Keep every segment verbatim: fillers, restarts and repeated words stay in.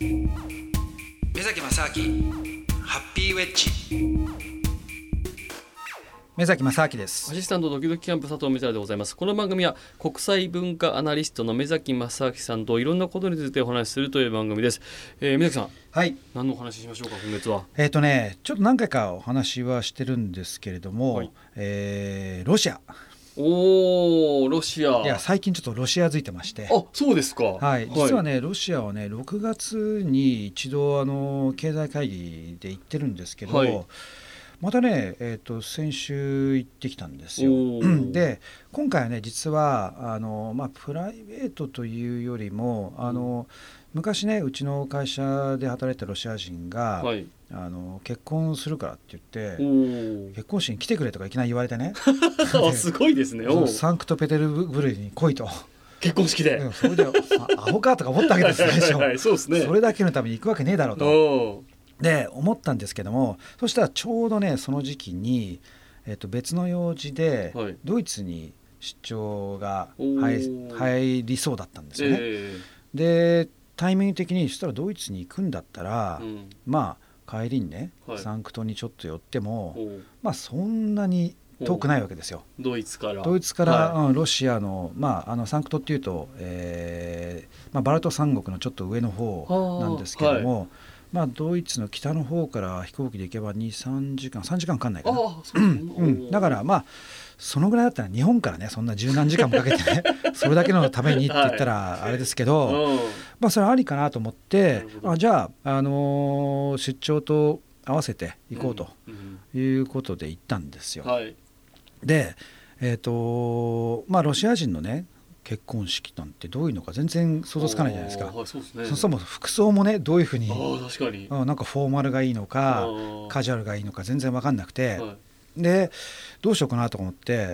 目崎正明ハッピーウェッジ。目崎正明です。 アシスタントドキドキキャンプ佐藤美沙でございます。この番組は国際文化アナリストの目崎正明さんといろんなことについてお話しするという番組です。えー、目崎さん、 はい、 何のお話ししましょうか。今月はえっ、ー、とねちょっと何回かお話はしてるんですけれども、はい、えー、ロシアおーロシア。 いや最近ちょっとロシアづいてまして。 あ、そうですか。 はい、実はね、はい、ロシアはねろくがつに一度あの経済会議で行ってるんですけど、はい、またね、えーと、先週行ってきたんですよ。で今回はね実はあの、まあ、プライベートというよりもあの、うん、昔ねうちの会社で働いたロシア人が、はい、あの結婚するからって言って結婚式に来てくれとかいきなり言われてねすごいですね。 サンクトペテルブルクに来いと結婚式で、 うん、それでアホかとか思ったわけですよ最初はい、そうですね。 それだけのために行くわけねえだろうとで思ったんですけども、そしたらちょうどねその時期に、えー、と別の用事で、はい、ドイツに出張が入、入りそうだったんですよね、えー、でタイミング的にそしたらドイツに行くんだったら、うん、まあ帰りにね、はい、サンクトにちょっと寄ってもまあそんなに遠くないわけですよ。 ドイツからドイツから、はい、うん、ロシアの、まあ、あのサンクトっていうと、えーまあ、バルト三国のちょっと上の方なんですけども、はい、まあ、ドイツの北の方から飛行機で行けば にさんじかんさんじかんかかんないかな。あ、そうですね。うん、だからまあそのぐらいだったら日本からねそんな十何時間もかけてねそれだけのためにって言ったらあれですけど、はい、まあそれありかなと思ってあじゃあ、あのー、出張と合わせて行こうということで行ったんですよ、うんうん、はい、でえっ、ー、とまあロシア人のね結婚式なんてどういうのか全然想像つかないじゃないですか。はい、そうですね。そもそも服装もねどういうふうにあ確かに、うん、なんかフォーマルがいいのかカジュアルがいいのか全然分かんなくて、はい、でどうしようかなと思って、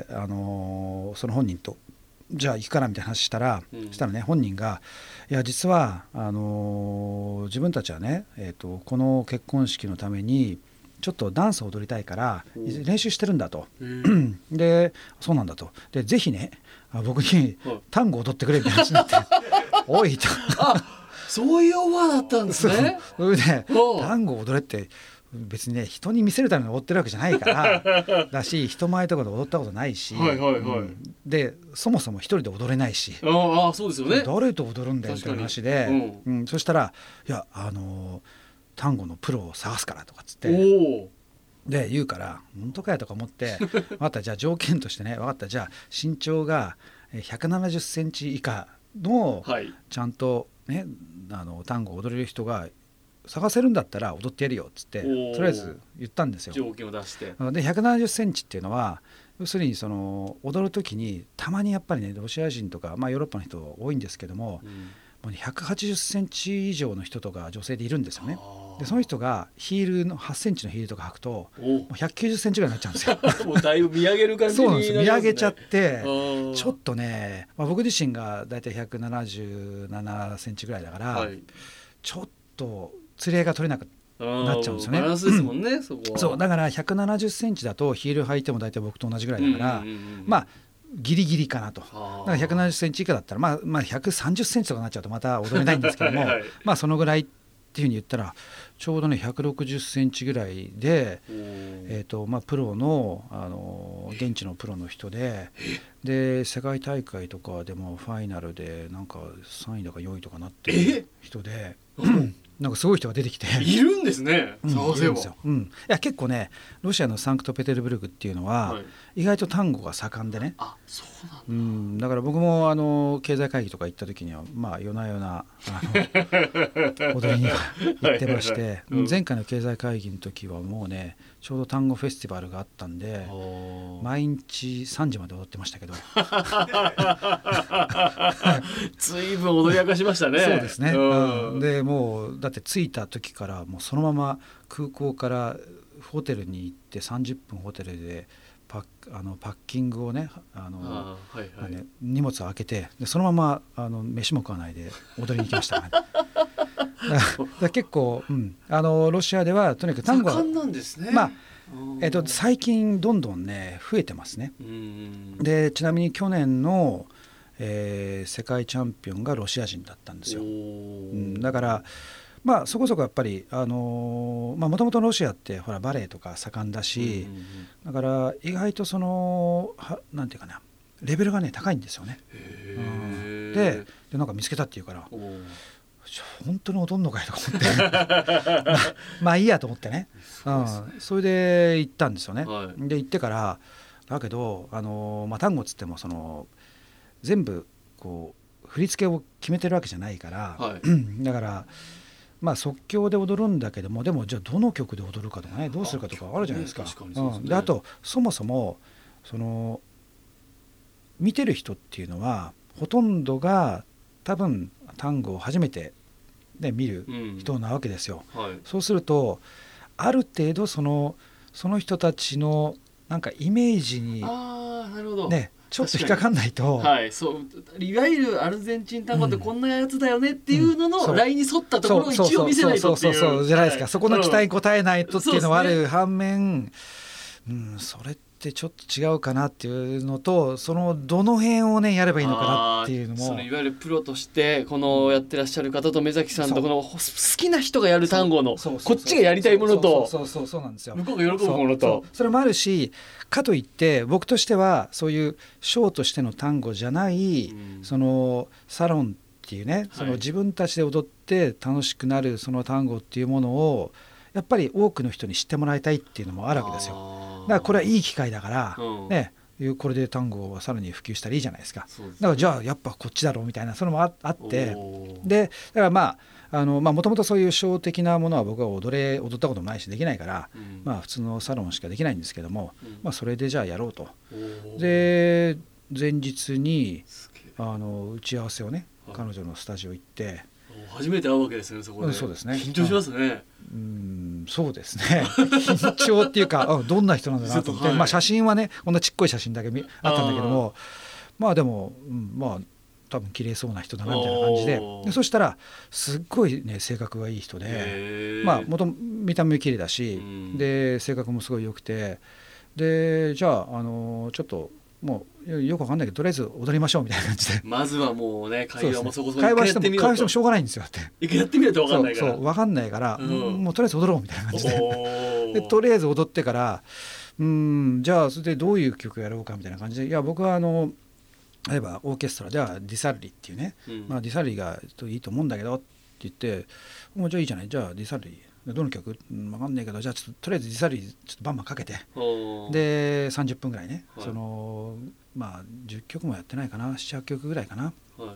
あのー、その本人とじゃあ行くからみたいな話したら、うん、したらね本人がいや実はあのー、自分たちはね、えーと、この結婚式のためにちょっとダンスを踊りたいから練習してるんだとでそうなんだとでぜひね僕にタンゴ踊ってくれみたいな話になっておいとあそういうオファーだったんですね。 それでタンゴ踊れって別にね人に見せるために踊ってるわけじゃないからだし人前とかで踊ったことないし、はいはいはい、うん、でそもそも一人で踊れないしああそうですよね誰と踊るんだよみたいな話で、うんうん、そしたらいやあのータンゴのプロを探すからとかっつってで言うから本当かよとか思って分かったじゃあ条件としてね分かったじゃあ身長がひゃくななじゅっセンチ以下のちゃんとねあのタンゴを踊れる人が探せるんだったら踊ってやるよっつってとりあえず言ったんですよ。 条件を出してでひゃくななじゅっセンチっていうのは要するにその踊る時にたまにやっぱりねロシア人とか、まあ、ヨーロッパの人多いんですけども、うん、ひゃくはちじゅっセンチ以上の人とか女性でいるんですよね。でその人がヒールのはちセンチのヒールとか履くともうひゃくきゅうじゅっセンチぐらいになっちゃうんですよもうだいぶ見上げる感じになりますね。 そうなんです、見上げちゃってちょっとね、まあ、僕自身がだいたいひゃくななじゅうななセンチぐらいだから、はい、ちょっと釣り合いが取れなくなっちゃうんですよね。 バランスですもんね、うん、そこは。 そうだからひゃくななじゅっセンチだとヒール履いてもだいたい僕と同じぐらいだから、うんうんうん、まあギリギリかなと。だからひゃくななじゅっセンチ以下だったら、まあ、まあひゃくさんじゅっセンチとかになっちゃうとまた踊れないんですけどもはい、まあそのぐらいっていうふうに言ったらちょうどねひゃくろくじゅっセンチぐらいで、えーとまあ、プロの、あの現地のプロの人でで世界大会とかでもファイナルでなんかさんいだかよんいとかなってる人でなんかすごい人が出てきているんですね、 うん、探せば、うん、いや結構ねロシアのサンクトペテルブルクっていうのは、はい、意外と単語が盛んでね。 あ、そうなんだ、 うん、だから僕もあの経済会議とか行った時にはまあ夜な夜なあの踊りには行ってましてはいはい、うん、前回の経済会議の時はもうねちょうど単語フェスティバルがあったんで毎日さんじまで踊ってましたけどずいぶん踊り明かしましたね。 そうですね、うん、でもうだって着いた時からもうそのまま空港からホテルに行ってさんじゅっぷんホテルでパッ、あのパッキングをねあのあ、はいはい、ね荷物を開けてでそのままあの飯も食わないで踊りに行きましたねだから結構、うん、あのロシアではとにかく単語は盛んなんですね。 まあえっと、最近どんどんね増えてますね。うんでちなみに去年の、えー、世界チャンピオンがロシア人だったんですよ。うん、だからまあそこそこやっぱりあのまあもともとロシアってほらバレエとか盛んだし、うんうんうん、だから意外とそのはなんていうかなレベルがね高いんですよね。 へうん、で, でなんか見つけたっていうから本当に踊んのかいとか思ってま, まあいいやと思ってね、うん、それで行ったんですよね、 はい、 で行ってからだけどあの、まあ、単語っつってもその全部こう振り付けを決めてるわけじゃないから、 はい、 だからまあ即興で踊るんだけどもでもじゃあどの曲で踊るかとかねどうするかとかあるじゃないですか。 確かにそうですね、 うん、であとそもそもその見てる人っていうのはほとんどが多分単語を初めて、ね、見る人なわけですよ、 うんはい、 そうするとある程度そのその人たちのなんかイメージに、 あーなるほど、 ね、ちょっと引っかかんないと、 はい、そういわゆるアルゼンチン単語ってこんなやつだよねっていうののラインに沿ったところを一応見せないとっていうそうそうそうそうじゃないですか、 はい、 そこの期待に応えないとっていうのはある反面、 ねうん、それってちょっと違うかなっていうのとそのどの辺をねやればいいのかなっていうのもそのいわゆるプロとしてこのやってらっしゃる方と目崎さんとこの好きな人がやる単語のこっちがやりたいものと向こうが喜ぶものとそ, それもあるしかといって僕としてはそういうショーとしての単語じゃない、うん、そのサロンっていうねその自分たちで踊って楽しくなるその単語っていうものをやっぱり多くの人に知ってもらいたいっていうのもあるわけですよ。だからこれはいい機会だから、うんね、これで単語をさらに普及したらいいじゃないですか。 そうですね、 だからじゃあやっぱこっちだろうみたいなそれも あ, あってでだからまああのまあもともとそういうショー的なものは僕は踊れ踊ったこともないしできないから、うん、まあ普通のサロンしかできないんですけども、うんまあ、それでじゃあやろうと。で前日にあの打ち合わせをね彼女のスタジオ行って初めて会うわけですねそこで、うん、 そうですね緊張しますね。 うんそうですね緊張っていうかどんな人なんだなと思って、はいまあ、写真はねこんなちっこい写真だけあったんだけどもまあでも、うん、まあ多分綺麗そうな人だなみたいな感じ で, でそしたらすっごいね性格がいい人でまあ元見た目綺麗だし、うん、で性格もすごい良くてでじゃあ、あのー、ちょっともうよくわかんないけどとりあえず踊りましょうみたいな感じでまずはもうね会話もそこそこ会話しても会話してもしょうがないんですよってやってみないとわかんないからそうそうわかんないから、うん、もうとりあえず踊ろうみたいな感じ で, でとりあえず踊ってからうんじゃあそれでどういう曲やろうかみたいな感じでいや僕はあの例えばオーケストラではディサルリっていうね、うんまあ、ディサルリがいいと思うんだけどって言ってもうじゃあいいじゃないじゃあディサルリどの曲分かんないけどじゃあちょっととりあえずディサルリちょっとバンバンかけてでさんじゅっぷんぐらいね、はい、そのまあじゅっきょくもやってないかな ななはちきょくぐらいかな、はい、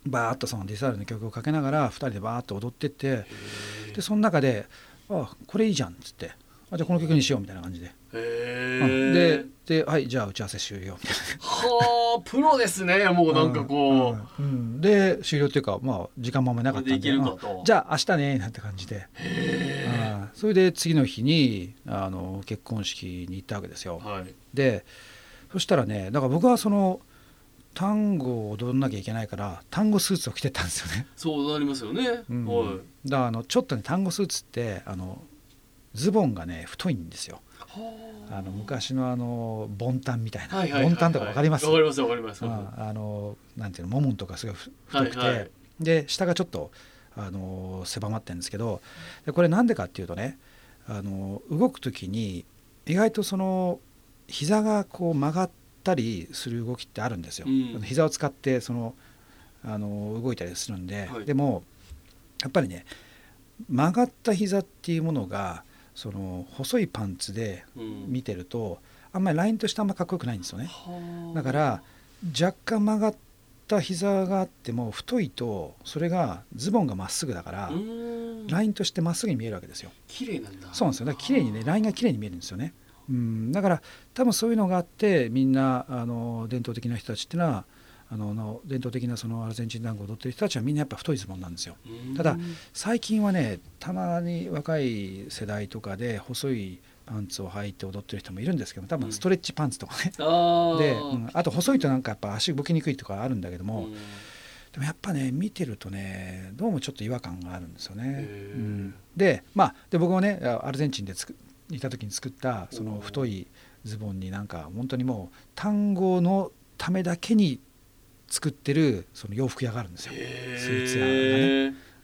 バーッとそのディサルリの曲をかけながらふたりでバーッと踊ってってでその中であこれいいじゃんっつってあじゃあこの曲にしようみたいな感じでへ、 うん、で, ではいじゃあ打ち合わせ終了みたいなはあプロですねもうなんかこう、うんうん、で終了っていうかまあ時間もあんまりなかったんで、うん、じゃあ明日ねなんて感じでへそれで次の日にあの結婚式に行ったわけですよ、 はい、 でそしたらねだから僕はその単語を踊らなきゃいけないから単語スーツを着てったんですよね。 そうなりますよね、 うんはい、 だからあのちょっとね単語スーツってあのズボンがね太いんですよ。あの昔のあのボンタンみたいな、はいはいはいはい、ボンタンとか分かります？ 分かります分かります。 ああのなんていうのももんとかすごい太くて、 はいはい、 で下がちょっとあの狭まってるんですけどでこれなんでかっていうとねあの動く時に意外とその膝がこう曲がったりする動きってあるんですよ、うん、膝を使ってそのあの動いたりするんで、はい、でもやっぱりね曲がった膝っていうものがその細いパンツで見てると、うん、あんまりラインとしてあんまかっこよくないんですよね。だから若干曲がった膝があっても太いとそれがズボンがまっすぐだからラインとしてまっすぐに見えるわけですよ。 綺麗なんだ。 そうなんですよ。だから綺麗にねラインが綺麗に見えるんですよね。うん、だから多分そういうのがあってみんなあの伝統的な人たちっていうのはあのの伝統的なそのアルゼンチン単語を踊ってる人たちはみんなやっぱ太いズボンなんですよ。ただ最近はねたまに若い世代とかで細いパンツを履いて踊ってる人もいるんですけど多分ストレッチパンツとかね、うん、あ, で、うん、あと細いとなんかやっぱ足動きにくいとかあるんだけども、うん、でもやっぱね見てるとねどうもちょっと違和感があるんですよね。うん、でまあで僕もねアルゼンチンでつくいた時に作ったその太いズボンになんか本当にもう単語のためだけに作ってるその洋服屋があるんですよ。スーツ屋がね。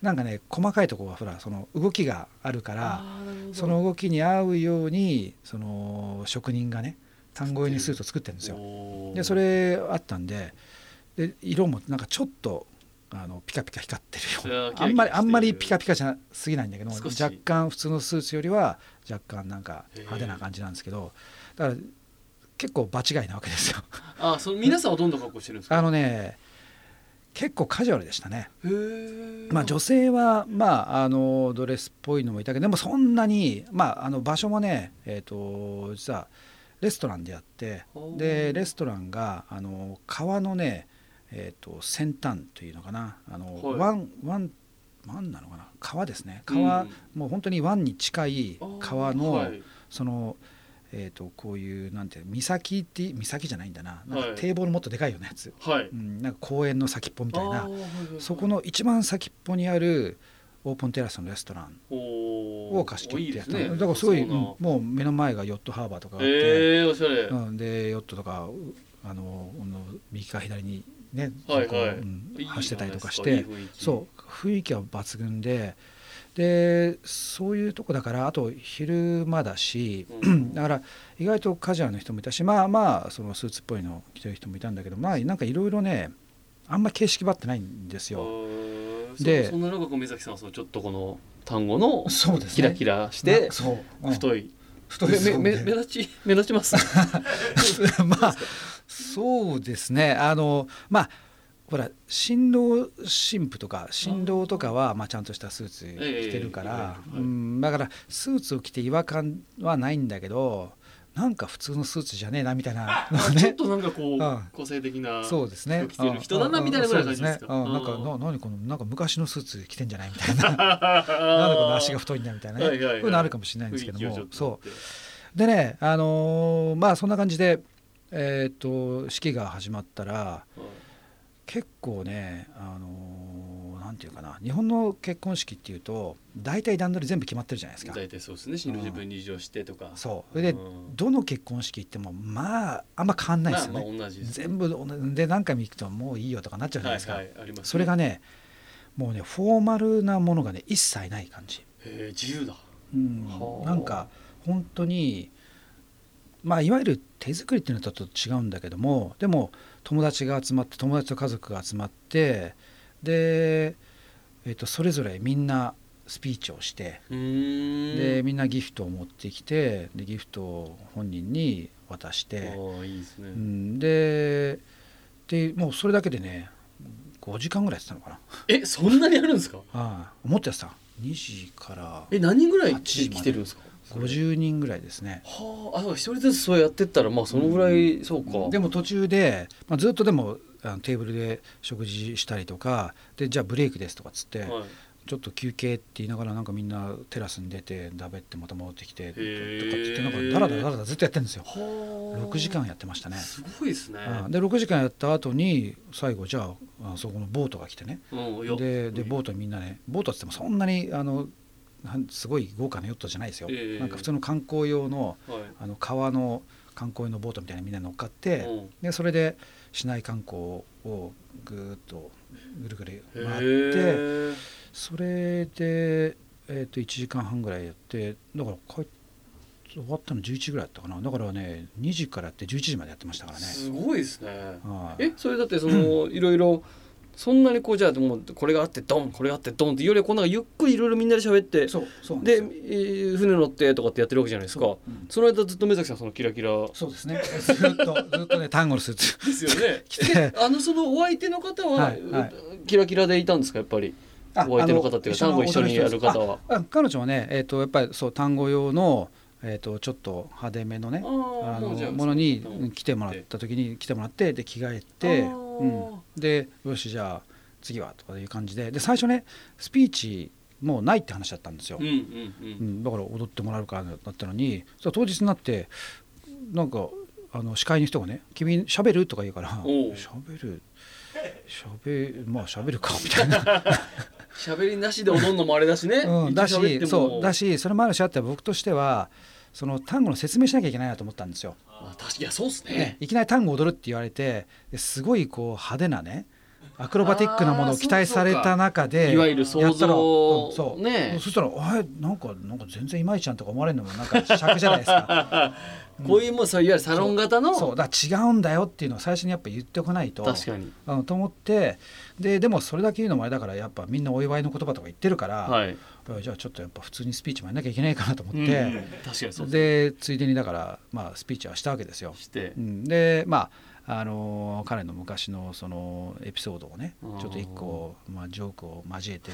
なんかね細かいところがほらその動きがあるからその動きに合うようにその職人がね単語用にスーツを作ってるんですよ。でそれあったんで、で色もなんかちょっとあのピカピカ光ってるよあんまりあんまりピカピカじゃすぎないんだけど若干普通のスーツよりは若干なんか派手な感じなんですけど、だから結構場違いなわけですよ。 あ、その皆さんはどんな格好してるんですか？ あのね結構カジュアルでしたね。 へー、 まあ、女性は、まあ、あのドレスっぽいのもいたけどでもそんなに、まあ、あの場所もね、えー、と実はレストランでやってでレストランがあの川のね、えー、と先端というのかなあの、はい、湾湾湾なのかな川ですね川、うん、もう本当に湾に近い川の、はい、そのえー、とこういうなんて岬って岬じゃないんだな、なんか堤防のもっとでかいようなやつ、はいうん、なんか公園の先っぽみたいな、はいはいはい、そこの一番先っぽにあるオープンテラスのレストランを貸し切ってやった、ね、だからすごい、うん、もう目の前がヨットハーバーとかあって、 えー、おしゃれ、 うん、でヨットとかあの右か左にね、 はいはいうん、走ってたりとかして、いいそう雰囲気は抜群ででそういうとこだからあと昼間だし、うん、だから意外とカジュアルの人もいたしまあまあそのスーツっぽいの着てる人もいたんだけどまあなんかいろいろねあんま形式ばってないんですよ。 で そ, そんな中小崎さんはそのちょっとこの単語のキラキラして太い太い目, 目, 目立ち目立ちますまあそうですねあのまあほら新郎新婦とか新郎とかはまあちゃんとしたスーツ着てるから、えーうん、だからスーツを着て違和感はないんだけどなんか普通のスーツじゃねえなみたいな、 ね、ちょっとなんかこう、うん、個性的なそうですね着てる人だなみたいなぐらいの感じですか。 うん、なんかな何このなんか昔のスーツ着てんじゃないみたいななんでこの足が太いんだみたいなね、はいはいはい、こういうのあるかもしれないんですけどもそうでねあのー、まあそんな感じでえっ、ー、と式が始まったら、はい結構ね、あのー、なんていうかな日本の結婚式っていうと大体段取り全部決まってるじゃないですか。 大体そうですね新郎新婦入場してとか、 うん、そうそれで、うん、どの結婚式行ってもまああんま変わんないですよね、 まあ、まあ同じです、 全部で何回も行くともういいよとかなっちゃうじゃないですか、 はいはいありますね、 それがねもうねフォーマルなものがね一切ない感じ。 へ自由だ、 うん、なんか本当にまあいわゆる手作りっていうのとちょっと違うんだけどもでも友達が集まって友達と家族が集まってで、えー、とそれぞれみんなスピーチをしてでみんなギフトを持ってきてでギフトを本人に渡していいですね、 うん、で, でもうそれだけでねごじかんぐらいやってたのかな。 えそんなにやるんですか。 ああ思ってたにじからえ何人ぐらい来てるんですか。 ごじゅうにんぐらいですね。 はあ、あ一人ずつそうやってったらまあそのぐらい、うん、そうか。 でも途中で、まあ、ずっとでもあのテーブルで食事したりとかでじゃあブレイクですとかっつって、はい、ちょっと休憩って言いながらなんかみんなテラスに出てだべってまた戻ってきてとかって言ってなんかダラダラダラダラずっとやってるんですよ。ろくじかんやってましたね。 すごいですね。 でろくじかんやった後に最後じゃあ、あそこのボートが来てね、うん、で, でボートにみんなねボートっつってもそんなにあのすごい豪華なヨットじゃないですよ、えー、なんか普通の観光用 の,、はい、あの川の観光用のボートみたいなみんな乗っかって、うん、でそれで市内観光をぐーっとぐるぐる回って、えー、それで、えー、といちじかんはんぐらいやってだから帰って終わったのじゅういちじぐらいだったかな。だからねにじからやってじゅういちじまでやってましたからね。 すごいですね、はい、えそれだってそのいろいろそんなにこうじゃあもうこれがあってドンこれがあってドンっていうよりはこうなんかゆっくりいろいろみんなで喋ってそうそうで、えー、船乗ってとかってやってるわけじゃないですか。 そ,、うん、その間ずっと目崎さんそのキラキラそうですねずっとずっとね単語のスーツですよね着てあのそのお相手の方は、はいはい、キラキラでいたんですかやっぱりお相手の方っていうか単語一緒にやる方は。 ああ彼女はね、えー、とやっぱりそう単語用のえー、とちょっと派手めのねあのものに来てもらった時に来てもらってで着替えて、うん、でよしじゃあ次はとかいう感じ で, で最初ねスピーチもうないって話だったんですよ、うんうんうんうん、だから踊ってもらうからだったのに当日になってなんかあの司会の人がね君喋るとか言うから喋る喋まあ喋るかみたいな喋りなしで踊るのもあれだしね、 うん、だしそうだしそれもあるしあって僕としてはその単語の説明しなきゃいけないなと思ったんですよ。 あ確かにそうですね。 ねいきなり単語踊るって言われてすごいこう派手なねアクロバティックなものを期待された中でいわゆる想像、 うん、そうね、 そしたらあれなんかなんか全然いまいちゃんとか思われるのもなんか尺じゃないですかこういうもうそういわゆるサロン型の、 そう、そうだから違うんだよっていうのを最初にやっぱ言っておかないと、 確かに、 うん、と思って、ででもそれだけ言うのもあれだからやっぱみんなお祝いの言葉とか言ってるから、 はい、 じゃあちょっとやっぱ普通にスピーチもやんなきゃいけないかなと思って、 うん、確かにそうでついでにだからまあスピーチはしたわけですよ。 して、 うん、でまああの彼の昔のそのエピソードをねちょっと一個、まあ、ジョークを交えて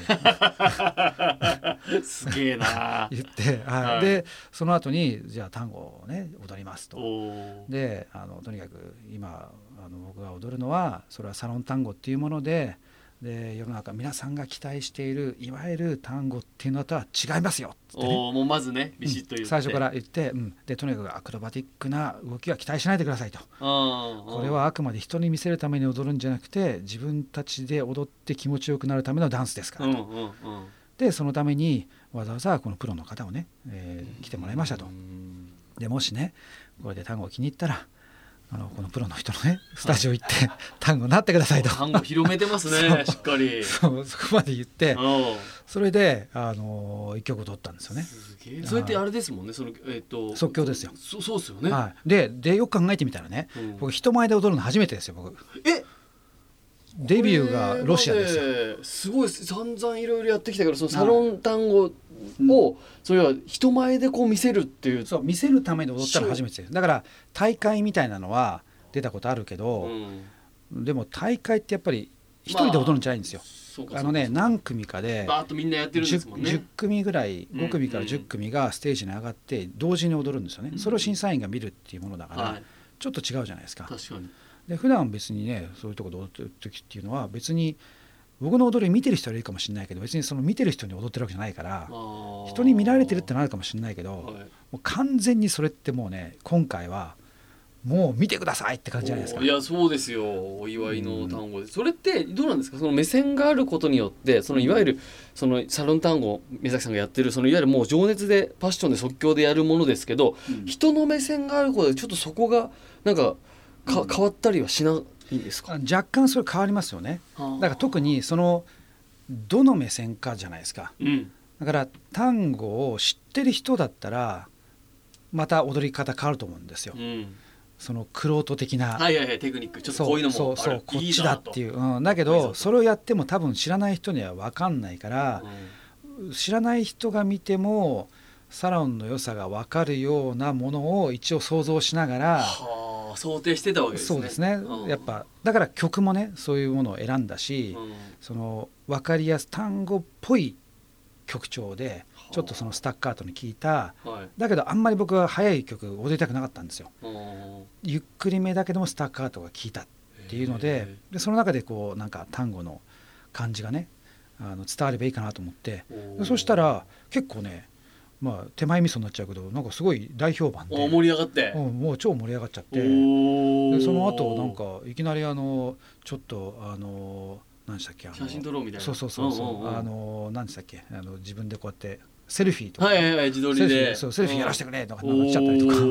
すげえな言って、はい、でその後にじゃあ単語をね踊りますと。であのとにかく今あの僕が踊るのはそれはサロン単語っていうもので、で世の中皆さんが期待しているいわゆる単語っていうのとは違いますよっつってね、 おもうまずねビシッと言って、うん、 最初から言って、うん、でとにかくアクロバティックな動きは期待しないでくださいと。これはあくまで人に見せるために踊るんじゃなくて自分たちで踊って気持ちよくなるためのダンスですからと、うんうんうん、でそのためにわざわざこのプロの方をね、えー、来てもらいましたと。でもしねこれで単語を気に入ったらあのこのプロの人のねスタジオ行って単語になってくださいと。 単語広めてますねしっかり。 そうそこまで言ってそれであの一曲踊ったんですよね。 すげえ。それってあれですもんね、その、えー、と即興ですよ。 そ, そうですよね、 はい、で, でよく考えてみたらね、うん、僕人前で踊るの初めてですよ僕。 えデビューがロシアですよ。 すごい散々いろいろやってきたけどそのサロン単語を、うん、それは人前でこう見せるっていう、 そう見せるために踊ったの初めてです。だから大会みたいなのは出たことあるけど、うん、でも大会ってやっぱり一人で踊るんじゃないんですよ、まあ、あのね何組かでバーッとみんなやってるんですもんね。 10, じゅっ組ぐらいご組からじゅっ組がステージに上がって同時に踊るんですよね、うん、それを審査員が見るっていうものだから、はい、ちょっと違うじゃないですか。 確かに。で普段別にねそういうところで踊ってる時っていうのは別に僕の踊り見てる人はいるかもしれないけど別にその見てる人に踊ってるわけじゃないから人に見られてるってのあるかもしれないけど、はい、もう完全にそれってもうね今回はもう見てくださいって感じじゃないですか。 いやそうですよ、お祝いの単語で、うん、それってどうなんですか、その目線があることによってそのいわゆるそのサロン単語目崎さんがやってるそのいわゆるもう情熱でパッションで即興でやるものですけど、うん、人の目線があることでちょっとそこがなんかか変わったりはしないんですか。 若干それ変わりますよね。だから特にそのどの目線かじゃないですか、うん、だから単語を知ってる人だったらまた踊り方変わると思うんですよ、うん、その玄人的な、 はいはいはい、テクニックちょっとこういうのもそうそうそうこっちだっていう、うん、だけどそれをやっても多分知らない人には分かんないから、うん、知らない人が見てもサロンの良さが分かるようなものを一応想像しながら、 はあ、想定してたわけですね。 そうですね、うん、やっぱだから曲もねそういうものを選んだし、うん、その分かりやす単語っぽい曲調でちょっとそのスタッカートに聴いた、はい、だけどあんまり僕は速い曲踊りたくなかったんですよ。ゆっくりめだけどもスタッカートが効いたっていうの で, でその中でこうなんか単語の感じがねあの伝わればいいかなと思ってそしたら結構ねまあ、手前味噌になっちゃうけどなんかすごい大評判で盛り上がって、 うん、もう超盛り上がっちゃってでその後なんかいきなりあのちょっとあの何でしたっけあの写真撮ろうみたいなそうそうそうそう、うんうんうん、あの何でしたっけあの自分でこうやってセルフィーとか、 はいはいはい、自撮りでセルフィー、そうセルフィーやらせてくれとかなんか来ちゃったりとか、うん、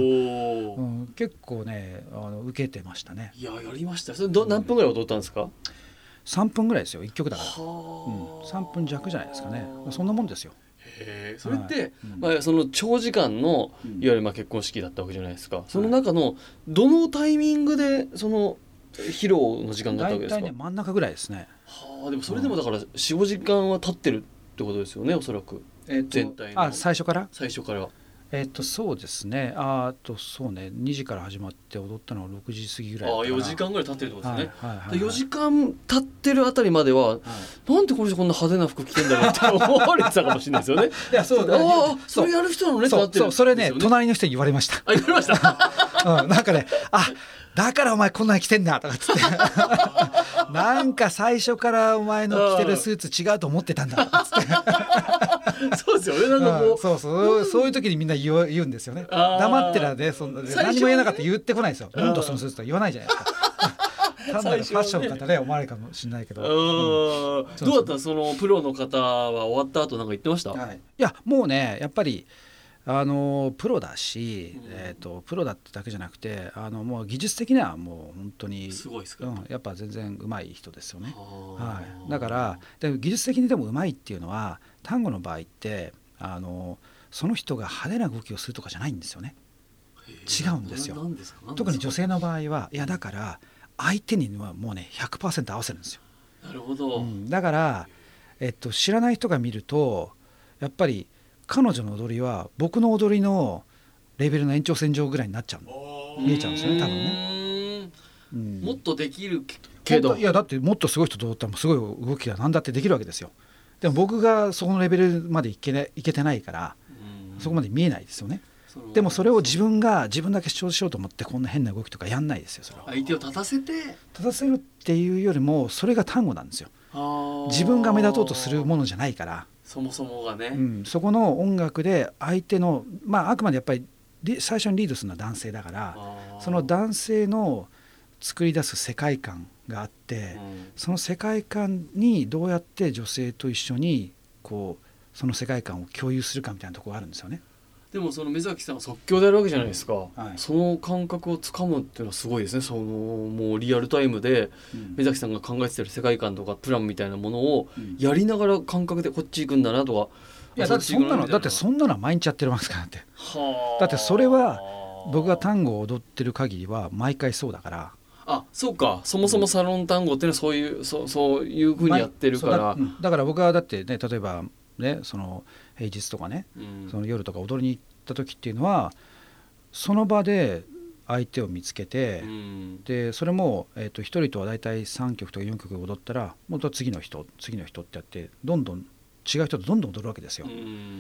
結構ねあの受けてましたね。 いややりました。それど何分ぐらい踊ったんですか。 さんぷんぐらいですよいっきょくだから、うん、さんぷん弱じゃないですかね。そんなもんですよ。 へそれって、はいうんまあ、その長時間のいわゆるまあ結婚式だったわけじゃないですか、うん、その中のどのタイミングでその披露の時間があったわけですか。 大体ね真ん中ぐらいですね。 はあ、でもそれでもだから よん,ご 時間は経ってるってことですよねおそらく、 えー、全体のあ最初から最初からえっとそうですねあとそうねにじから始まって踊ったのはろくじ過ぎぐらいだったかな。 あよじかんぐらい経ってるってことですね、 はいはいはいはい、 よじかん経ってるあたりまでは、はい、なんでこれこんな派手な服着てんだろうって思われてたかもしれないですよね。 いやそうだあそれやる人なのねってなってるんですよね。 そうそれね隣の人に言われました。 あ言われました、 うん、なんかねあだからお前こんなに着てんだとかつってなんか最初からお前の着てるスーツ違うと思ってたんだとかつってそうですよねなんかもう、 うん、そうそう、うん、そういう時にみんな言う、言うんですよね。黙ってらねそんな何も言えなかったら言ってこないですよ。なんだそのスーツとは言わないじゃないですか。単なるファッションの方ね思われるかもしれないけど、 うん、どうだったそのプロの方は終わった後なんか言ってました。 はい、いやもうねやっぱりあのプロだし、 うんえー、とプロだってだけじゃなくてあのもう技術的にはもう本当にすごいですか、 うん、やっぱ全然上手い人ですよね。 ははい、だからでも技術的にでも上手いっていうのは単語の場合ってあのその人が派手な動きをするとかじゃないんですよね。違うんですよ。 なんですか、なんですか。 特に女性の場合はいやだから相手にはもうね ひゃくパーセント 合わせるんですよ。 なるほど、 うん、だから、えっと、知らない人が見るとやっぱり彼女の踊りは僕の踊りのレベルの延長線上ぐらいになっちゃう見えちゃうんですよね多分ね、 うん、 うん、 もっとできるけどいやだってもっとすごい人と踊ったらすごい動きが何だってできるわけですよ。でも僕がそこのレベルまでいけね、いけてないからそこまで見えないですよね。でもそれを自分が自分だけ主張しようと思ってこんな変な動きとかやんないですよ。それは相手を立たせて立たせるっていうよりもそれが単語なんですよ。自分が目立とうとするものじゃないから、 そもそもがね、 うん、そこの音楽で相手の、まあ、あくまでやっぱり最初にリードするのは男性だからその男性の作り出す世界観があって、うん、その世界観にどうやって女性と一緒にこうその世界観を共有するかみたいなところがあるんですよね。 でもその目崎さんは即興でやるわけじゃないですか、 はい、 その感覚をつかむっていうのはすごいですね。そのもうリアルタイムで目崎さんが考えてる世界観とかプランみたいなものをやりながら感覚でこっち行くんだなとか、 いやだってそんなのだってそんなのは毎日やってますからって。だってそれは僕が単語を踊ってる限りは毎回そうだから。 あ、そうか、そもそもサロン単語っていうのはそういう、そ、そういう風にやってるから、 だ, だから僕はだってね例えばねその平日とかね、うん、その夜とか踊りに行った時っていうのはその場で相手を見つけて、うん、でそれも、えー、とひとりとはだいたいさんきょくとかよんきょく踊ったらもう次の人次の人ってやってどんどん違う人とどんどん踊るわけですよ。うん、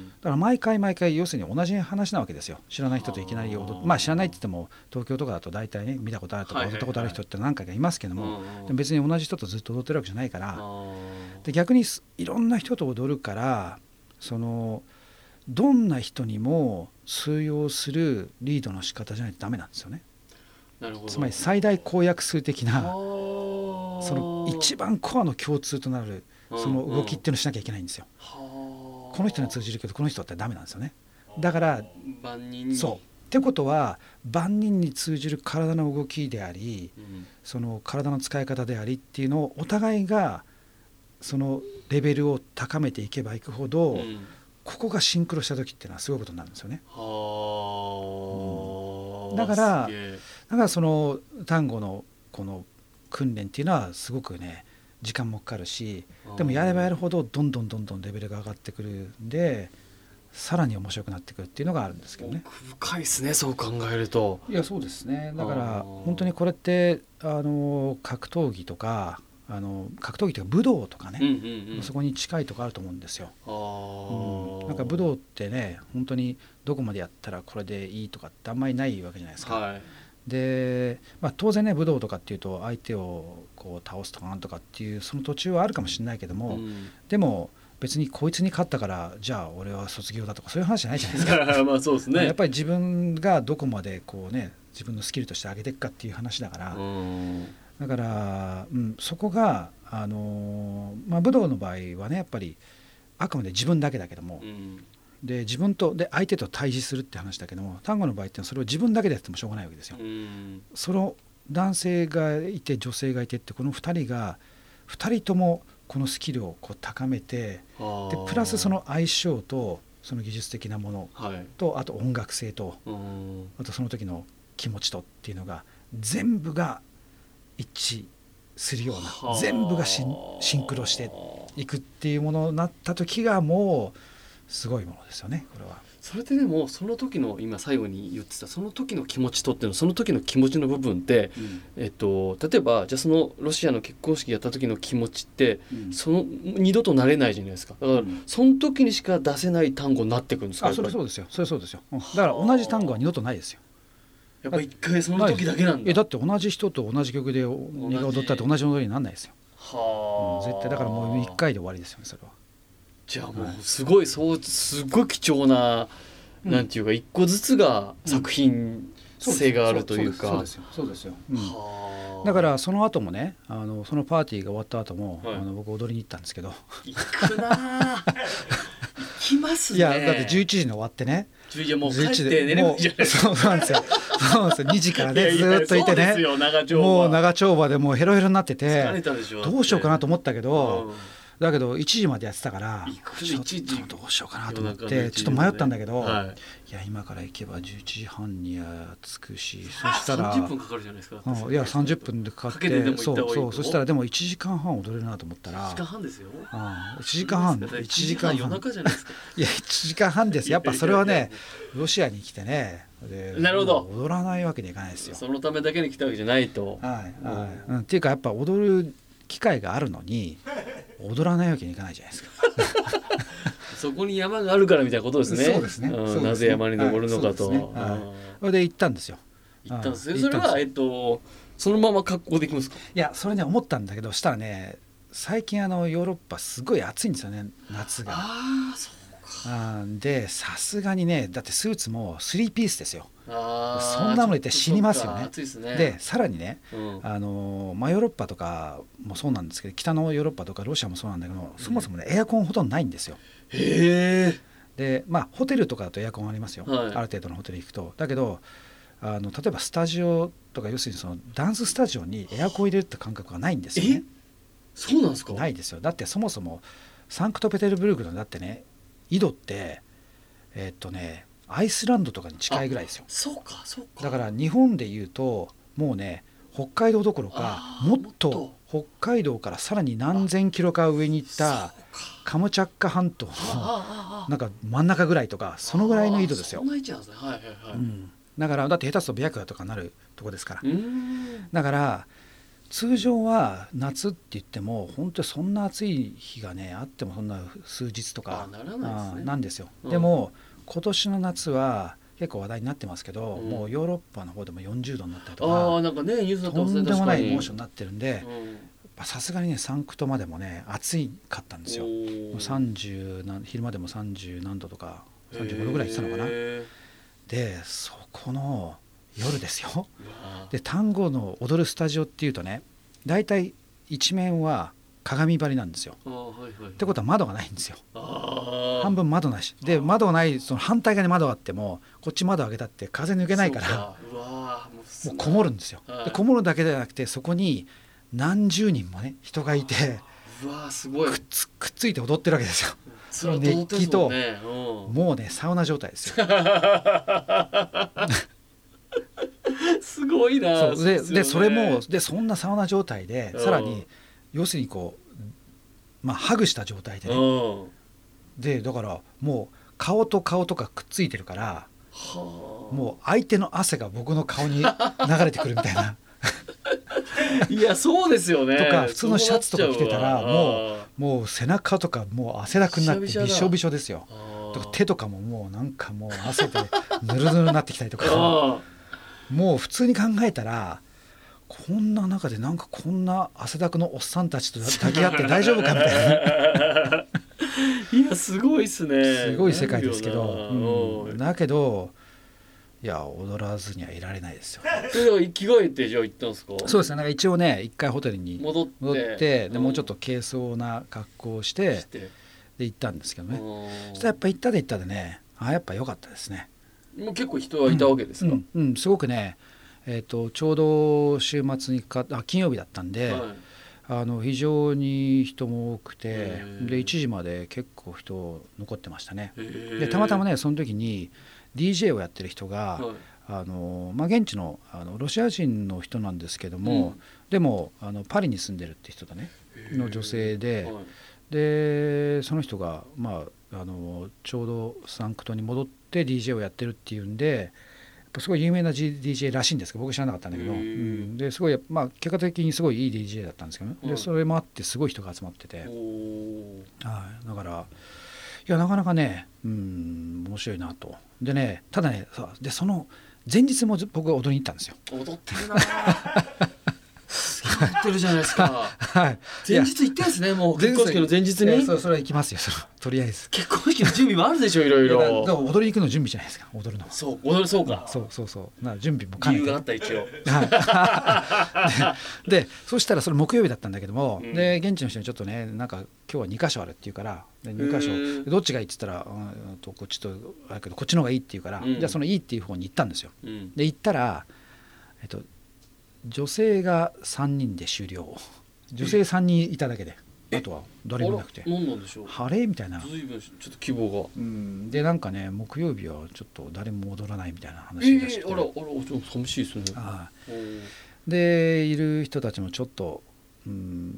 だから毎回毎回要するに同じ話なわけですよ。知らない人といきなり踊ってまあ知らないって言っても東京とかだと大体ね見たことあるとか踊ったことある人って何回かいますけども、はいはいはい、でも別に同じ人とずっと踊ってるわけじゃないからで逆にいろんな人と踊るからそのどんな人にも通用するリードの仕方じゃないとダメなんですよね。 なるほど。 つまり最大公約数的なその一番コアの共通となるその動きっていうのをしなきゃいけないんですよ。この人には通じるけどこの人ってダメなんですよね。だから万人にそうってことは万人に通じる体の動きであり、うん、その体の使い方でありっていうのをお互いがそのレベルを高めていけばいくほど、うん、ここがシンクロした時っていうのはすごいことになるんですよね。は、うん、だからだからその単語のこの訓練っていうのはすごくね時間もかかるしでもやればやるほどどんどんどんどんレベルが上がってくるんでさらに面白くなってくるっていうのがあるんですけどね。 奥深いですねそう考えると。いやそうですね。だから本当にこれってあの格闘技とかあの格闘技というか武道とかね、うんうんうん、そこに近いとこあると思うんですよ。あ、うん、なんか武道ってね本当にどこまでやったらこれでいいとかってあんまりないわけじゃないですか。はい、で、まあ、当然ね武道とかっていうと相手をこう倒すとかなんとかっていうその途中はあるかもしれないけども、うん、でも別にこいつに勝ったからじゃあ俺は卒業だとかそういう話じゃないじゃないですか。 まあそうですね。 やっぱり自分がどこまでこうね自分のスキルとして上げていくかっていう話だから、うん、だから、うん、そこがあのーまあ、武道の場合はねやっぱりあくまで自分だけだけども、うん、で自分とで相手と対峙するって話だけども単語の場合ってのはそれを自分だけでやってもしょうがないわけですよ。うん、その男性がいて女性がいてってこのふたりがふたりともこのスキルをこう高めてでプラスその相性とその技術的なものと、はい、あと音楽性とあとその時の気持ちとっていうのが全部が一致するような全部がシン、シンクロしていくっていうものになった時がもうすごいものですよねこれは。 それってでもその時の今最後に言ってたその時の気持ちとってのその時の気持ちの部分って、うんえっと、例えばじゃあそのロシアの結婚式やった時の気持ちって、うん、その二度となれないじゃないですか。だから、うん、その時にしか出せない単語になってくるんですか。 あそれそうですよそれそうですよ、うん、だから同じ単語は二度とないですよ。 やっぱ一回その時だけなんだ。 えだって同じ人と同じ曲で二が踊ったって同じ踊りにならないですよ。は、うん、絶対だからもう一回で終わりですよねそれは。 じゃあもうすごいそうすごい貴重な、うん、なんていうか一個ずつが作品性があるというか。 そうですよそうですよ、うん、だからその後もねあのそのパーティーが終わった後も、はい、あの僕踊りに行ったんですけど行くな行きますね。 いやだってじゅういちじに終わってねいやもう帰って寝ればいいじゃないですか。 そうなんですよ。そうなんですよ。にじからねずっといてね、もう長丁場でもうヘロヘロになっててどうしようかなと思ったけど、うん、だけどいちじまでやってたからちょっとどうしようかなと思ってちょっと迷ったんだけど、はい、いや今から行けばじゅういちじはんには着くし、そしたらさんじゅっぷんかかるじゃないですか。 うん、いやさんじゅっぷんでかかってそうそう、そしたらでもいちじかんはん踊れるなと思ったらいちじかんはんですよ、 うん、いちじかんはんいちじかんはん夜中じゃないですか。 いやいちじかんはんです。やっぱそれはねロシアに来てねでなるほど踊らないわけにいかないですよ。 そのためだけに来たわけじゃないと、 はいはい、うん、っていうかやっぱ踊る機会があるのに踊らないわけにいかないじゃないですか。 そこに山があるからみたいなことですね。 そうですね、 うん、 そうですね、 なぜ山に登るのかと、はい、 そ, ねはい、それで行ったんですよ。 行ったんですよ。それはえっとそのまま格好で行くんですか。 いやそれね思ったんだけどしたらね最近あのヨーロッパすごい暑いんですよね夏が。 ああそうあでさすがにねだってスーツもスリーピースですよ。 あそんなもの言って死にますよね。 暑いですね。 でさらにね、うん、あのまあ、ヨーロッパとかもそうなんですけど北のヨーロッパとかロシアもそうなんだけど、うん、そもそもねエアコンほとんどないんですよ。 へえ。 でまあホテルとかだとエアコンありますよ、はい、ある程度のホテル行くと。だけどあの例えばスタジオとか要するにそのダンススタジオにエアコン入れるって感覚がないんですよね。 えそうなんですか。 ないですよ。だってそもそもサンクトペテルブルクのだってね緯度ってえー、っとねアイスランドとかに近いぐらいですよ。 そうかそうか。 だから日本でいうともうね北海道どころかもっと北海道からさらに何千キロか上に行ったカムチャッカ半島のなんか真ん中ぐらいとかそのぐらいの緯度ですよ。 そんな位置なんですね。はいはいはい、うん、 だからだって下手すると白夜とかなるとこですから。うんだから通常は夏って言っても本当にそんな暑い日がねあってもそんな数日とかな, らないです、ね、 なんですよ、 うん、 でも今年の夏は結構話題になってますけど、うん、もうヨーロッパの方でもよんじゅうどになったりとか、 あなんか、ね、ニュースになってますね、 とんでもない猛暑になってるんでうん、 さすがにねサンクトまでもね暑いかったんですよ。さんじゅう何昼間でもさんじゅう何度とかさんじゅうごどぐらい言ってたのかな。でそこの夜ですよ。で単語の踊るスタジオっていうとね大体一面は鏡張りなんですよ。 あ、はいはい、 ってことは窓がないんですよ。 あ半分窓なしで窓がないその反対側に窓があってもこっち窓開けたって風抜けないからかうわもうもうこもるんですよ、はい、でこもるだけではなくてそこに何十人もね人がいてうわすごいくっつ、くっついて踊ってるわけですよ。 その熱気と、 ね、 もうねサウナ状態ですよ。 すごいな。 そうで、でそれもでそんなサウナ状態でさらに要するにこう、まあ、ハグした状態でねでだからもう顔と顔とかくっついてるからもう相手の汗が僕の顔に流れてくるみたいな。 いやそうですよね。 とか普通のシャツとか着てたらもうもう背中とかもう汗だくになってびしょびしょですよ。とか手とかももうなんかもう汗でぬるぬるになってきたりとかもう普通に考えたらこんな中でなんかこんな汗だくのおっさんたちと抱き合って大丈夫かみたいな。 いやすごいっすね。 すごい世界ですけど、うん、だけどいや踊らずにはいられないですよ。 で着替えてじゃあ行ったんですか。 そうですね。なんか一応ね一回ホテルに戻って、 戻ってでもうちょっと軽装な格好をしてしてで行ったんですけどね。そしたらやっぱ行ったで行ったでねあやっぱ良かったですね。 もう結構人はいたわけですか。 うんうんうん、すごくね、えーと、ちょうど週末にかあ金曜日だったんで、はい、あの非常に人も多くてでいちじまで結構人残ってましたね。でたまたまねその時に ディージェー をやってる人が、はい、あのまあ、現地 の, あのロシア人の人なんですけども、うん、でもあのパリに住んでるって人だねの女性で、はい、でその人が、まあ、あのちょうどサンクトに戻って ディージェー をやってるっていうんでやっぱすごい有名な ディージェー らしいんですけど僕知らなかったんだけど、うん、ですごい、まあ、結果的にすごいいい ディージェー だったんですけど、ね、でそれもあってすごい人が集まってて、はい、だからいやなかなかね、うん、面白いなと。でねただねでその前日も僕は踊りに行ったんですよ。 踊ってるなすやってるじゃないですか。 はい、 前日行ってんですね、もう結婚式の前日に。 そ, それは行きますよ、それとりあえず。 結婚式の準備もあるでしょ、いろいろ。 だから踊りに行くの準備じゃないですか、踊るのは。 そう、踊る、そうか。 そうそうそう、な準備も兼ねて。 理由があった一応。 はい、で, でそしたらそれ木曜日だったんだけども、うん、で現地の人にちょっとね、なんか今日はにかしょあるって言うから、でにかしょどっちがいいって言ったら、うん、とこっちとあるけどこっちの方がいいって言うから、うん、じゃあそのいいっていう方に行ったんですよ。うん、で行ったら、えっと、女性がさんにんで終了。女性さんにんいただけで、あとは誰もなくて、 何なんでしょう、 晴れみたいな。 随分ちょっと希望が、 うん、でなんかね、木曜日はちょっと誰も踊らないみたいな話がして、 えー、あらあら、ちょっと寂しいですね。 あでいる人たちもちょっと、うん、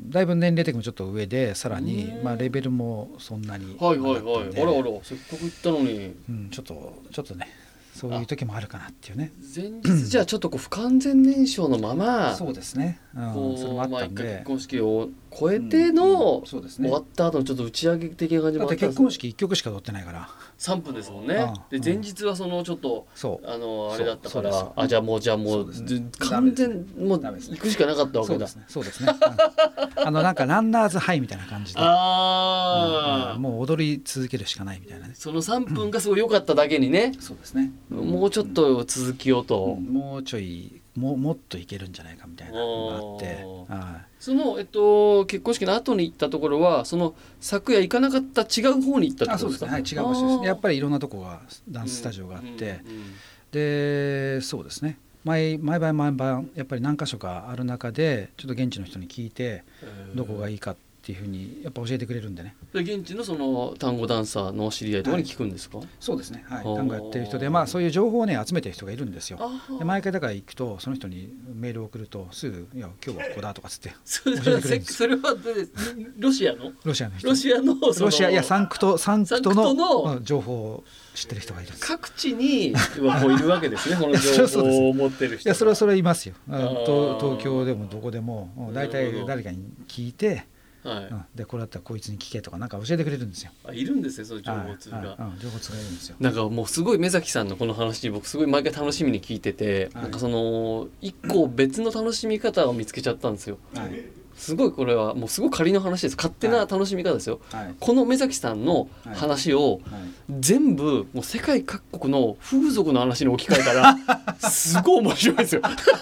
だいぶ年齢的にもちょっと上で、さらに、まあ、レベルもそんなにはいはいはい、あらあら、せっかく行ったのに、 うん、ちょっとちょっとね、そういう時もあるかなっていうね。 前日じゃあちょっとこう不完全燃焼のまま、 そうですね、うん、 こうそれもあったんで、 まあ、結婚式を超えての、 うん、そうですね、 終わった後のちょっと打ち上げ的な感じもあった。 だって結婚式いっきょくしか踊ってないからさんぷんですもんね。うん、で前日はそのちょっと、うん、あのあれだったから、あじゃあもうじゃあもう、ね、完全もう行くしかなかったわけだ。 そうですね、うん、あのなんかランナーズハイみたいな感じで、あ、うん、もう踊り続けるしかないみたいなね。 そのさんぷんがすごい良かっただけにね、 うん、そうですね、 もうちょっと続きようと、 うん、もうちょいも, もっといけるんじゃないかみたいなのがあって、はい、 その、えっと、結婚式の後に行ったところは、その昨夜行かなかった違う方に行ったってことですか。 あ、そうですね、はい、違う場所です。やっぱりいろんなとこがダンススタジオがあって、うんうんうん、でそうですね、毎, 毎晩毎晩やっぱり何か所かある中で、ちょっと現地の人に聞いてどこがいいかっていうふうにやっぱ教えてくれるんでね。 で現地のその単語ダンサーの知り合いとかに聞くんですか。はい、 そうですね、はい、単語やってる人で、まあ、そういう情報をね集めてる人がいるんですよ。で毎回だから行くとその人にメールを送るとすぐいや今日はここだとかつって教えてくれるんです。 それはロシアのロシアの人ロシアのロシアいやサンクトサンクトの情報を知ってる人がいるんです。 各地にもういるわけですねこの情報を持ってる人。 いやそれはそれはいますよ。東京でもどこでも大体誰かに聞いて、はい、うん、でこれだったらこいつに聞けとかなんか教えてくれるんですよ。 あ、いるんですね、そういう情報通が、はいはい、 うん、情報通がいるんですよ。 なんかもうすごい目崎さんのこの話僕すごい毎回楽しみに聞いてて、はい、なんかその一個別の楽しみ方を見つけちゃったんですよ。はい、すごいこれはもうすごい仮の話です。勝手な楽しみ方ですよ。はい、この目崎さんの話を全部もう世界各国の風俗の話に置き換えたらすごい面白いですよ。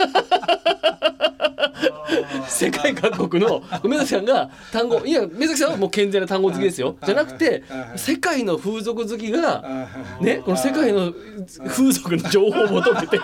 世界各国の目崎さんが単語、いや目崎さんはもう健全な単語好きですよじゃなくて、世界の風俗好きがね、この世界の風俗の情報を求めて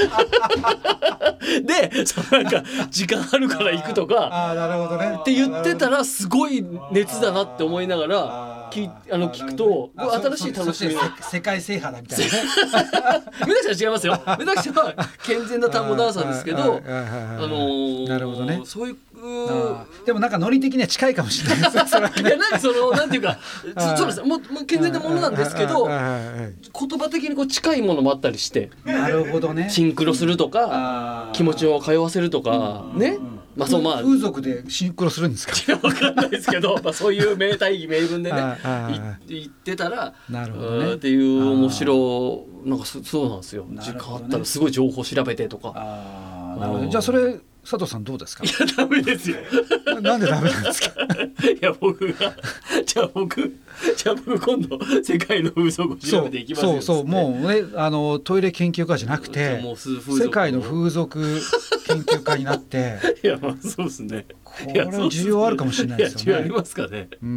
でそのなんか時間あるから行くとかって言ってたらすごい熱だなって思いながらきあの聞くと新しい楽しみ。 世界制覇だみたいなね。 目崎さんは違いますよ。目崎さんは健全な単語ダンサーですけど、あのなるほどね。 そういうでもなんかノリ的には近いかもしれないです。それはね、 いやなんかそのなんていうかそうですもう健全なものなんですけど、言葉的にこう近いものもあったりして、 なるほどね。 シンクロするとか気持ちを通わせるとかね。まあそうまあ風俗でシンクロするんですか。 いや分かんないですけど、まあそういう名大義名分でね言ってたら、 なるほどね。 っていう面白なんかそうなんですよ。時間あったらすごい情報調べてとか。 ああ、なるほど。じゃあそれ佐藤さんどうですか。 いやダメですよ。 なんでダメなんですか。 いや僕がじゃあ僕じゃあ僕今度世界の風俗を調べていきますよ。 そうそうそう、もうねあのトイレ研究家じゃなくて世界の風俗研究家になっていやまあそうですね。 これ需要あるかもしれないですよね。 いや需要ありますかね。うん、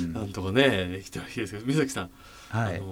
なんとかね来てほしいですけど、目崎さん、はい、あのー、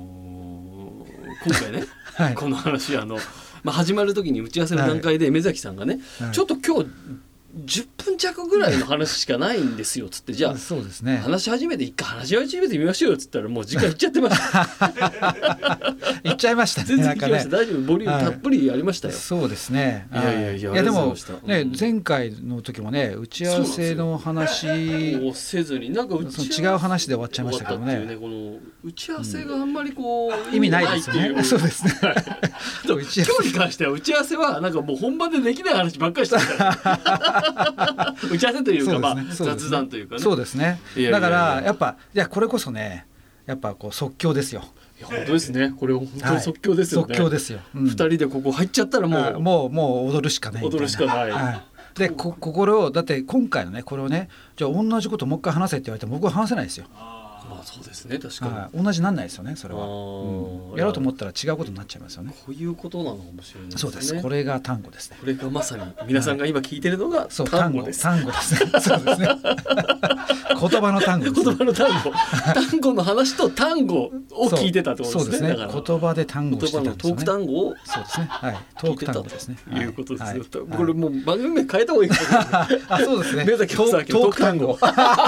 今回ね、はい、この話あのまあ、始まる時に打ち合わせの段階で目崎さんがね、はい、ちょっと今日じゅっぷん弱ぐらいの話しかないんですよつってじゃあそうですね、 話し始めて一回話し始めてみましょうよっつったらもう時間いっちゃってましたいっちゃいましたね。 全然聞きました、大丈夫ボリュームたっぷりありましたよ、はい、 そうですね。 いやいやいや、 いやでも、ね、前回の時もね打ち合わせの話をせずになんか打ち合わせ違う話で終わっちゃいましたけど ね, ねこの打ち合わせがあんまりこう、 うん、意味ないですよね。そうですね今日に関しては打ち合わせはなんかもう本番でできない話ばっかりしてるから打ち合わせというか、ね、まあ、雑談というかね。 そうですね。だからやっぱいやこれこそねやっぱこう即興ですよ。 いや本当ですね。これ本当に即興ですよね。 はい、即興ですよ。 うん、ふたりでここ入っちゃったらもうもうもう踊るしかないみたいな。 踊るしかない。はい、 でこ心をだって今回のねこれをねじゃあ同じこともう一回話せって言われても僕は話せないですよ。 まあそうですね確かに、 はい、同じなんないですよねそれは、うん、やろうと思ったら違うことになっちゃいますよね。 こういうことなのかもしれないですね。 そうですこれが単語ですね。 これがまさに皆さんが今聞いてるのが単語です、 はい、単語ですねそうですね言葉の単語ですね言葉の単語単語の話と単語を聞いてたってことですね。 そうですねだから言葉で単語をしてたんですよね。 言葉のトーク単語をそうですねはいトーク単語ですねということです、はい、これれもう番組名変えた方がいいかもしれないあそうですね目崎正明のトーク単語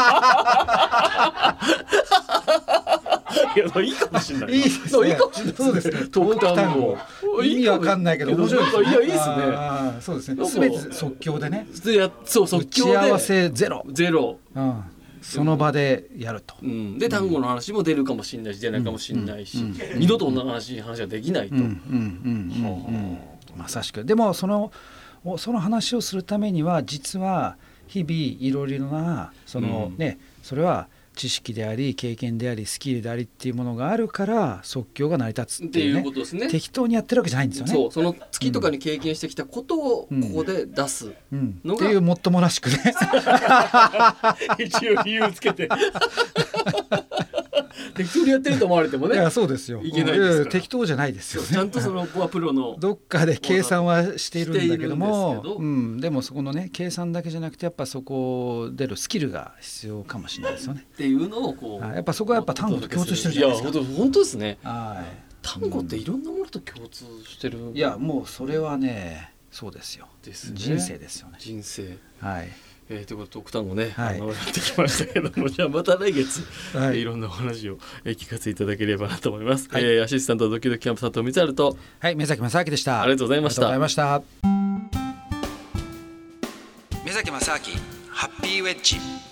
いやいいかもしれない。 いいですね。 いいかもしれない。 そうですね。 トーク単語。 意味わかんないけど面白いですね。 いやいいですね。 そうですね。すべて即興でね。 そう即興で。 打ち合わせゼロ。 ゼロ。 うん。その場でやると。 うん、で単語の話も出るかもしれないし出ないかもしれないし、二度と同じ話話ができないと。 まさしく。でもそのその話をするためには実は日々いろいろなそのねそれは。知識であり経験でありスキルでありっていうものがあるから即興が成り立つっていうね、 っていうことですね。適当にやってるわけじゃないんですよね。 そうその月とかに経験してきたことをここで出すのが、うんうん、っていうもっともらしくね一応理由つけて適当にやってると思われてもねいやそうですよいけないですから適当じゃないですよね。 ちゃんとそのコアプロのどっかで計算はしているんだけどもうん、でもそこのね計算だけじゃなくてやっぱそこ出るスキルが必要かもしれないですよねっていうのをこうやっぱそこはやっぱ単語と共通してるじゃないですか。 いや本当ですね。 はい単語っていろんなものと共通してる、うん、 いやもうそれはねそうですよですね。 人生ですよね人生はいえー、ということでトーク単語ね、 はい、 あのやってきましたけどもじゃあまた来月、 はい、 いろんなお話を聞かせていただければなと思います、 はいえー、アシスタントドキドキキャンプ佐藤光晴とはい目崎正明でした。 ありがとうございました。 ありがとうございました。目崎正明ハッピーウェッジ。